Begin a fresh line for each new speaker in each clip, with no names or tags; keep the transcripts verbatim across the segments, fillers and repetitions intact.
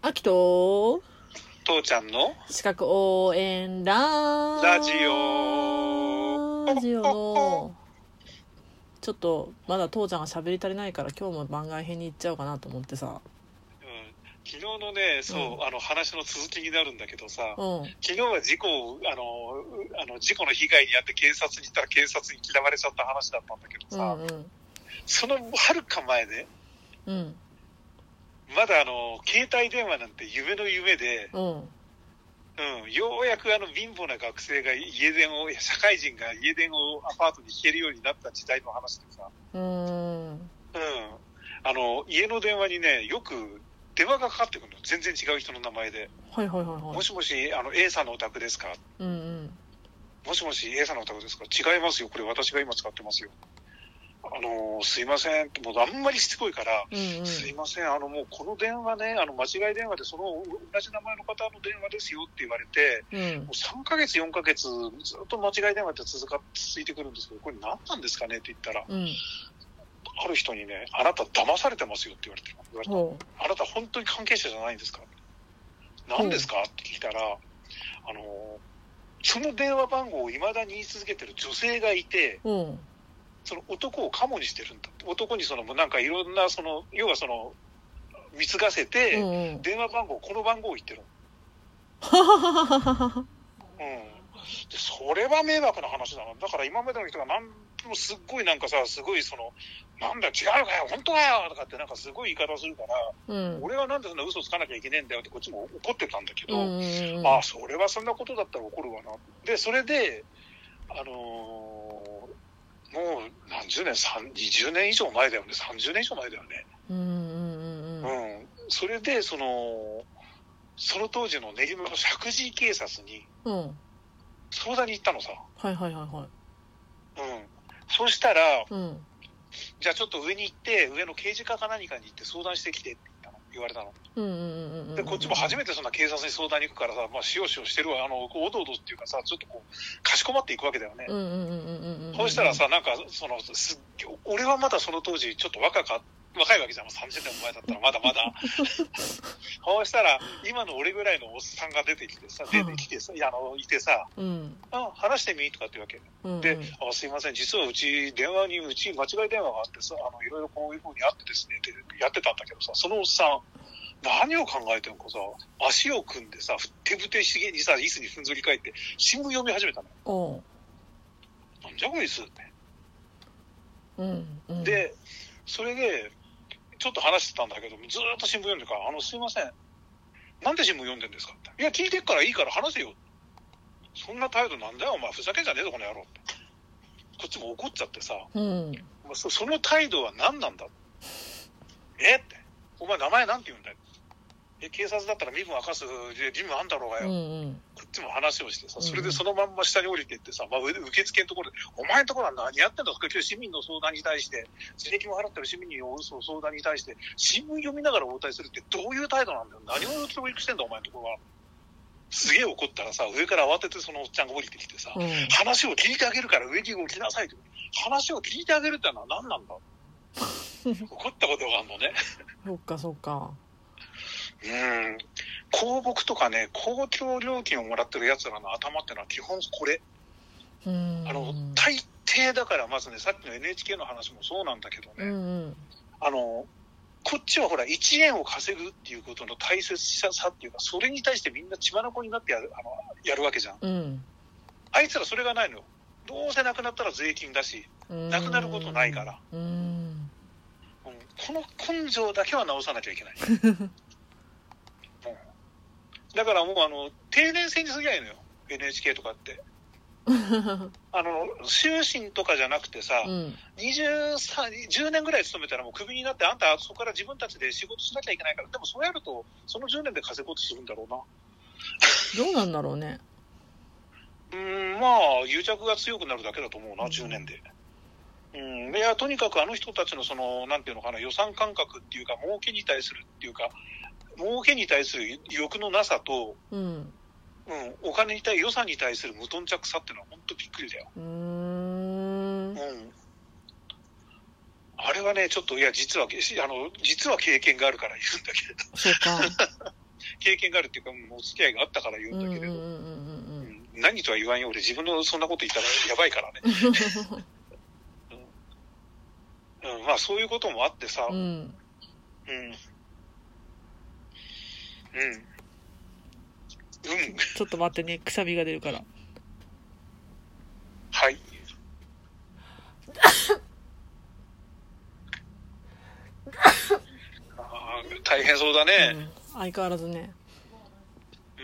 あきと
父ちゃんの
資格応援ラ
ラジオ
ラジオのちょっとまだ父ちゃんが喋り足りないから今日も番外編に行っちゃおうかなと思ってさ、
うん、昨日のねそう、うん、あの話の続きになるんだけどさ、うん、昨日は事故あのあの事故の被害に遭って警察に行ったら警察に嫌われちゃった話だったんだけどさ、うんうん、そのはるか前ね、うん、まだあの携帯電話なんて夢の夢で、うんうん、ようやくあの貧乏な学生が家電を社会人が家電をアパートに引けるようになった時代の話でさ、うん、うん、あの家の電話にねよく電話がかかってくるの、全然違う人の名前で、はいはいはいはい、もしもしあの A さんのお宅ですか、うんうん、もしもし A さんのお宅ですか、違いますよこれ私が今使ってますよ、あのすいません、もうあんまりしつこいから、うんうん、すいません、あのもうこの電話ね、あの間違い電話でその同じ名前の方の電話ですよって言われて、うん、もうさんかげつよんかげつずっと間違い電話って続か続いてくるんですけど、これ何なんですかねって言ったら、うん、ある人にね、あなた騙されてますよって言われて、言われた、うん、あなた本当に関係者じゃないんですか、何ですか、うん、って聞いたら、あのその電話番号を未だに言い続けてる女性がいて、うん、その男をカモにしてるんだって、男にそのなんかいろんなその要はその貢がせて、うんうん、電話番号この番号を言ってるうん、でそれは迷惑な話だな。だから今までの人が何もすっごいなんかさ、すごいそのなんだよ違うのかよ本当かよとかってなんかすごい言い方するから、うん、俺はなんでそんな嘘つかなきゃいけねえんだよってこっちも怒ってたんだけど、うんうんうん、ああそれはそんなことだったら怒るわな。でそれであのーもう何十年、にじゅうねん以上前だよね、さんじゅうねん以上前だよね。うんうんうんうん。うん。それでそのその当時の練馬の石神井警察に相談に行ったのさ。はいはいはいはい。うん。そうしたら、うん、じゃあちょっと上に行って上の刑事課か何かに行って相談してきてって言ったの、言われたの。うんうんうんうん。でこっちも初めてそんな警察に相談に行くからさ、まあしようしようしてるわ、あのおどおどっていうかさ、ちょっとこうかしこまっていくわけだよね。うんうんうんうんうん。そうしたらさ、なんかそのす俺はまだその当時ちょっと若か若いわけじゃん、さんじゅうねんも前だったらまだまだ。そうしたら今の俺ぐらいのおっさんが出てきてさ、出てきてさ、いやあのいてさ、うん、あ話してみとかって言うわけ。うんうん、で、あすいません、実はうち電話にうち間違い電話があってさ、あのいろいろこういう風にあってですねってやってたんだけどさ、そのおっさん何を考えてるのかさ、足を組んでさ、ふってぶてしげにさ、椅子にふんぞり返って新聞読み始めたのよ。なんじゃこいつって。うんうん、で、それでちょっと話してたんだけど、ずーっと新聞読んでるから、あのすいません、なんで新聞読んでんですかって。いや聞いてっからいいから話せよ。そんな態度なんだよお前、ふざけんじゃねえぞこの野郎って。こっちも怒っちゃってさ、うん、そ, その態度は何なんだ。えって、お前名前なんて言うんだよ。え警察だったら身分明かす義務あんだろうがよ、うんうん、こっちも話をしてさ、それでそのまんま下に降りていってさ、まあ、受付のところでお前のところは何やってんだとか、市民の相談に対して税金を払ってる市民の相談に対して新聞読みながら応対するってどういう態度なんだよ、何を教育してんだお前のところは。すげえ怒ったらさ、上から慌ててそのおっちゃんが降りてきてさ、うん、話を聞いてあげるから上着を着なさいと。話を聞いてあげるってのは何なんだ。怒ったことがあるのね。
そっかそっか。
うん、公木とかね、公共料金をもらってるやつらの頭ってのは基本これ。うん、あの大抵だから、まずね、さっきの エヌエイチケー の話もそうなんだけどね、うんうん、あのこっちはほらいちえんを稼ぐっていうことの大切さっていうか、それに対してみんな血眼になってやる、あのやるわけじゃん、うん、あいつらそれがないのよ。どうせなくなったら税金だし、なくなることないから、うん、うん、この根性だけは直さなきゃいけないだからもうあの定年制にすぎないのよ エヌエイチケー とかってあの終身とかじゃなくてさ、うん、にじゅうさん、じゅうねんぐらい勤めたらもうクビになって、あんたそこから自分たちで仕事しなきゃいけないから。でもそうやるとそのじゅうねんで稼ごうとするんだろうな。
どうなんだろうね。
うーん、まあ癒着が強くなるだけだと思うな、うん、じゅうねんで。うん、いやとにかくあの人たちのそのなんていうのかな、予算感覚っていうか儲けに対するっていうか儲けに対する欲のなさと、うんうん、お金に対予算に対する無頓着さっていうのは本当びっくりだよ。うーん、うん、あれはねちょっといや実はあの実は経験があるから言うんだけれど。そうか。 経験があるっていうか、もうお付き合いがあったから言うんだけれど、うん、何とは言わんよ、俺自分のそんなこと言ったらやばいからね。うんうん、まあそういうこともあってさ、うん、うん、うん、うん。
ちょっと待ってね、くしゃみが出るから。
はい。あ、大変そうだね、
うん。相変わらずね。
うん。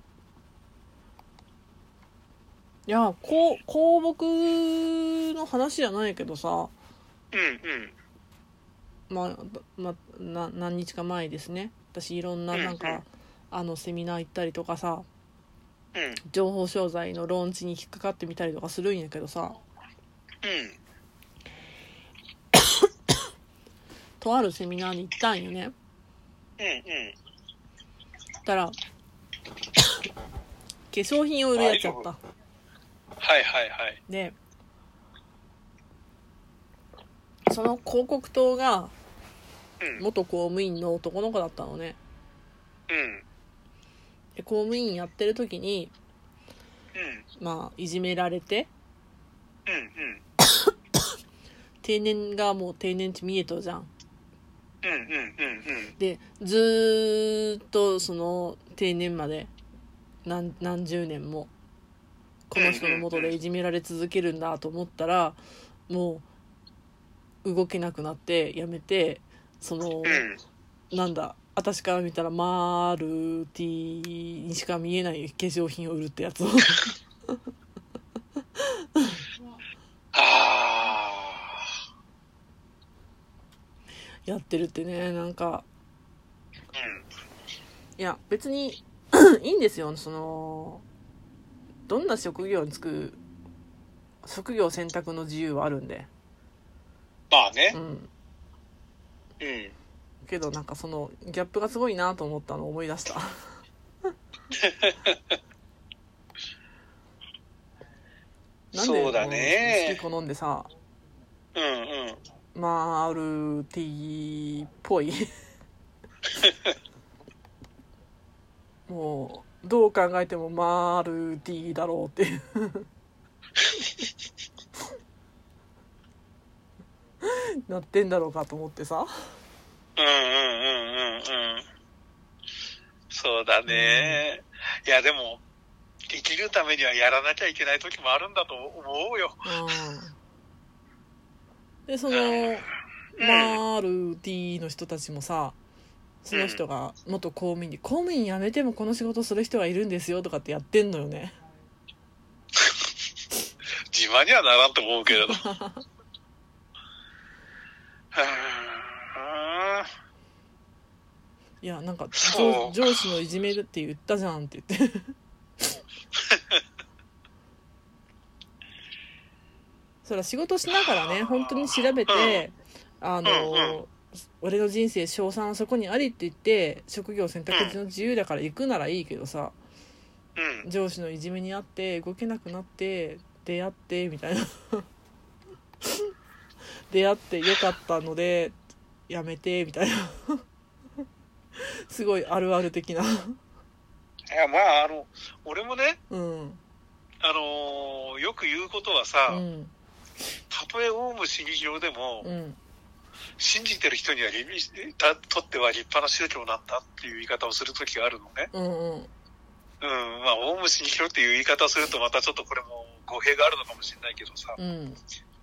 いや、こう、香木の話じゃないけどさ。
うんうん。
まあ、ま、な、何日か前ですね。私いろんななんか、うんうん、あのセミナー行ったりとかさ、
うん、
情報商材のローンチに引っかかってみたりとかするんやけどさ、
うん、
とあるセミナーに行ったんよね。
うんうん。
たら化粧品を売るやつやった。
はいはいはい。
で、その広告塔が元公務員の男の子だったのね。
うん。
で公務員やってる時に、
うん、
まあいじめられて、
うんうん、
定年がもう定年値見えとるじゃん。
うんうんうんうん、
でずーっとその定年まで 何, 何十年もこの人の元でいじめられ続けるんだと思ったら、もう動けなくなってやめて、その、うん、なんだ私から見たらマルティにしか見えない化粧品を売るってやつをやってるってね。なんか、いや別にいいんですよ。そのどんな職業に就く職業選択の自由はあるんで。
まあね。
うん。うん。けどなんかそのギャップがすごいなと思ったのを思い出した。なんで
そうだね。
好き好んでさ、
うんうん。
マルティっぽいもうどう考えてもマルティだろうっていうなってんだろうかと思ってさ。
うんうんうんうんうん。そうだね。うん、いやでも生きるためにはやらなきゃいけない時もあるんだと思うよ。
うん、でその、うん、マルティの人たちもさ、その人が元公務員で、公務員辞めてもこの仕事する人がいるんですよとかってやってんのよね。
自慢にはならんと思うけれど。
いやなんか 上, 上司のいじめって言ったじゃんって言ってそら仕事しながらね本当に調べて、あの、うんうん、俺の人生賞賛はそこにありって言って職業選択の自由だから行くならいいけどさ、うん、上司のいじめにあって動けなくなって出会ってみたいな出会ってよかったのでやめてみたいなすごいあるある的な。い
やまああの俺もね、
うん、
あのー、よく言うことはさ、うん、たとえオウム真理教でも、うん、信じてる人にはとっては立派な宗教なんだっていう言い方をするときがあるのね。
うんうん。うん、
まあオウム真理教っていう言い方をするとまたちょっとこれも語弊があるのかもしれないけどさ、うん、うん、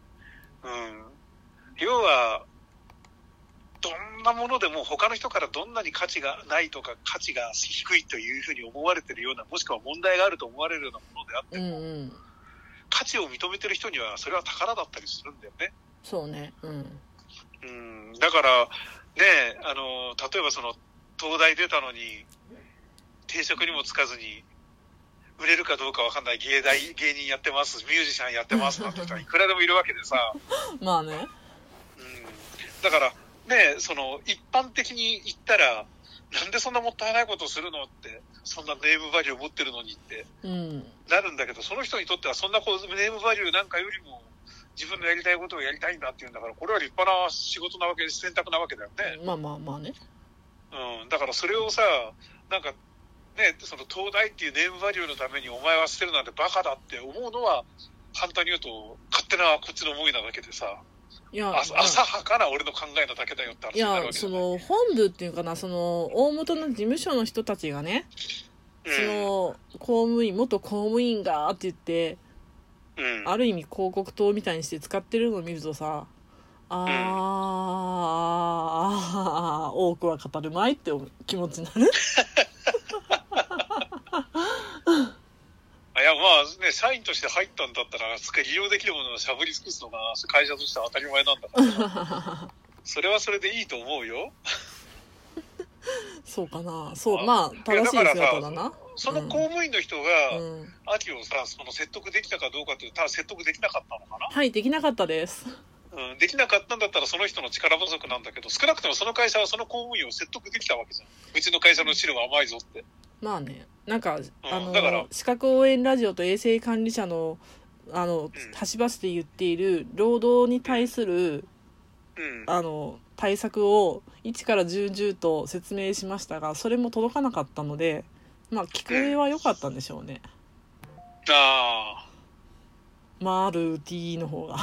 要はどんなものでも他の人からどんなに価値がないとか価値が低いというふうに思われてるような、もしくは問題があると思われるようなものであっても、うんうん、価値を認めてる人にはそれは宝だったりするんだよね。
そうね。うん。
うん、だからね、あの例えばその東大出たのに定職にもつかずに売れるかどうかわかんない芸大芸人やってます、ミュージシャンやってますなんて人はいくらでもいるわけでさ。
まあね。うん、
だからね、その一般的に言ったらなんでそんなもったいないことをするのって、そんなネームバリューを持ってるのにってなるんだけど、うん、その人にとってはそんなこうネームバリューなんかよりも自分のやりたいことをやりたいんだっていうんだから、これは立派な仕事なわけで選択なわけだよね。
まあまあまあね。
うん、だからそれをさ、なんかね、その東大っていうネームバリューのためにお前は捨てるなんてバカだって思うのは、簡単に言うと勝手なこっちの思いなだけでさ、いや浅はかな俺の考えなだけだよって話になるわけじゃない。いや、
その本部っていうかな、その大元の事務所の人たちがね、うん、その公務員元公務員がって言って、うん、ある意味広告塔みたいにして使ってるのを見るとさ、あー、うん、あー多くは語るまいって気持ちになる。
いや、まあね、社員として入ったんだったら利用できるものをしゃぶり尽くすのが会社としては当たり前なんだからそれはそれでいいと思うよ。
そうかな。そう、まあ正しい姿だな。
その公務員の人が、うん、秋をさ、その説得できたかどうかっていうと、ただ説得できなかったのかな。
はい、できなかったです。
うん、できなかったんだったらその人の力不足なんだけど、少なくともその会社はその公務員を説得できたわけじゃん。うちの会社の汁は甘いぞって。
まあね、なんか、うん、あのだから資格応援ラジオと衛生管理者のあの、うん、端々で言っている労働に対する、うん、あの対策をいちからじゅうと説明しましたが、それも届かなかったので、まあ聞く絵は良かったんでしょうね。
うん、ああ。
マルティの方が。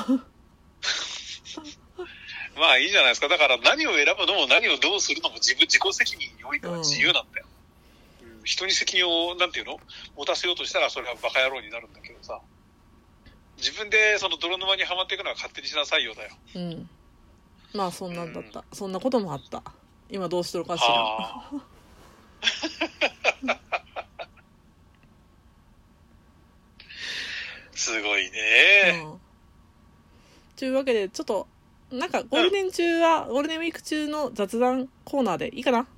まあいいじゃないですか。だから何を選ぶのも何をどうするのも自分自己責任においては自由なんだよ。うんうん、人に責任をなんていうの持たせようとしたらそれはバカ野郎になるんだけどさ。自分でその泥沼にはまっていくのは勝手にしなさいよだよ。
うん。まあそんなんだった。うん、そんなこともあった。今どうしてるかしら。
すごいね。
うん。というわけでちょっとなんかゴールデン中は、うん、ゴールデンウィーク中の雑談コーナーでいいかな。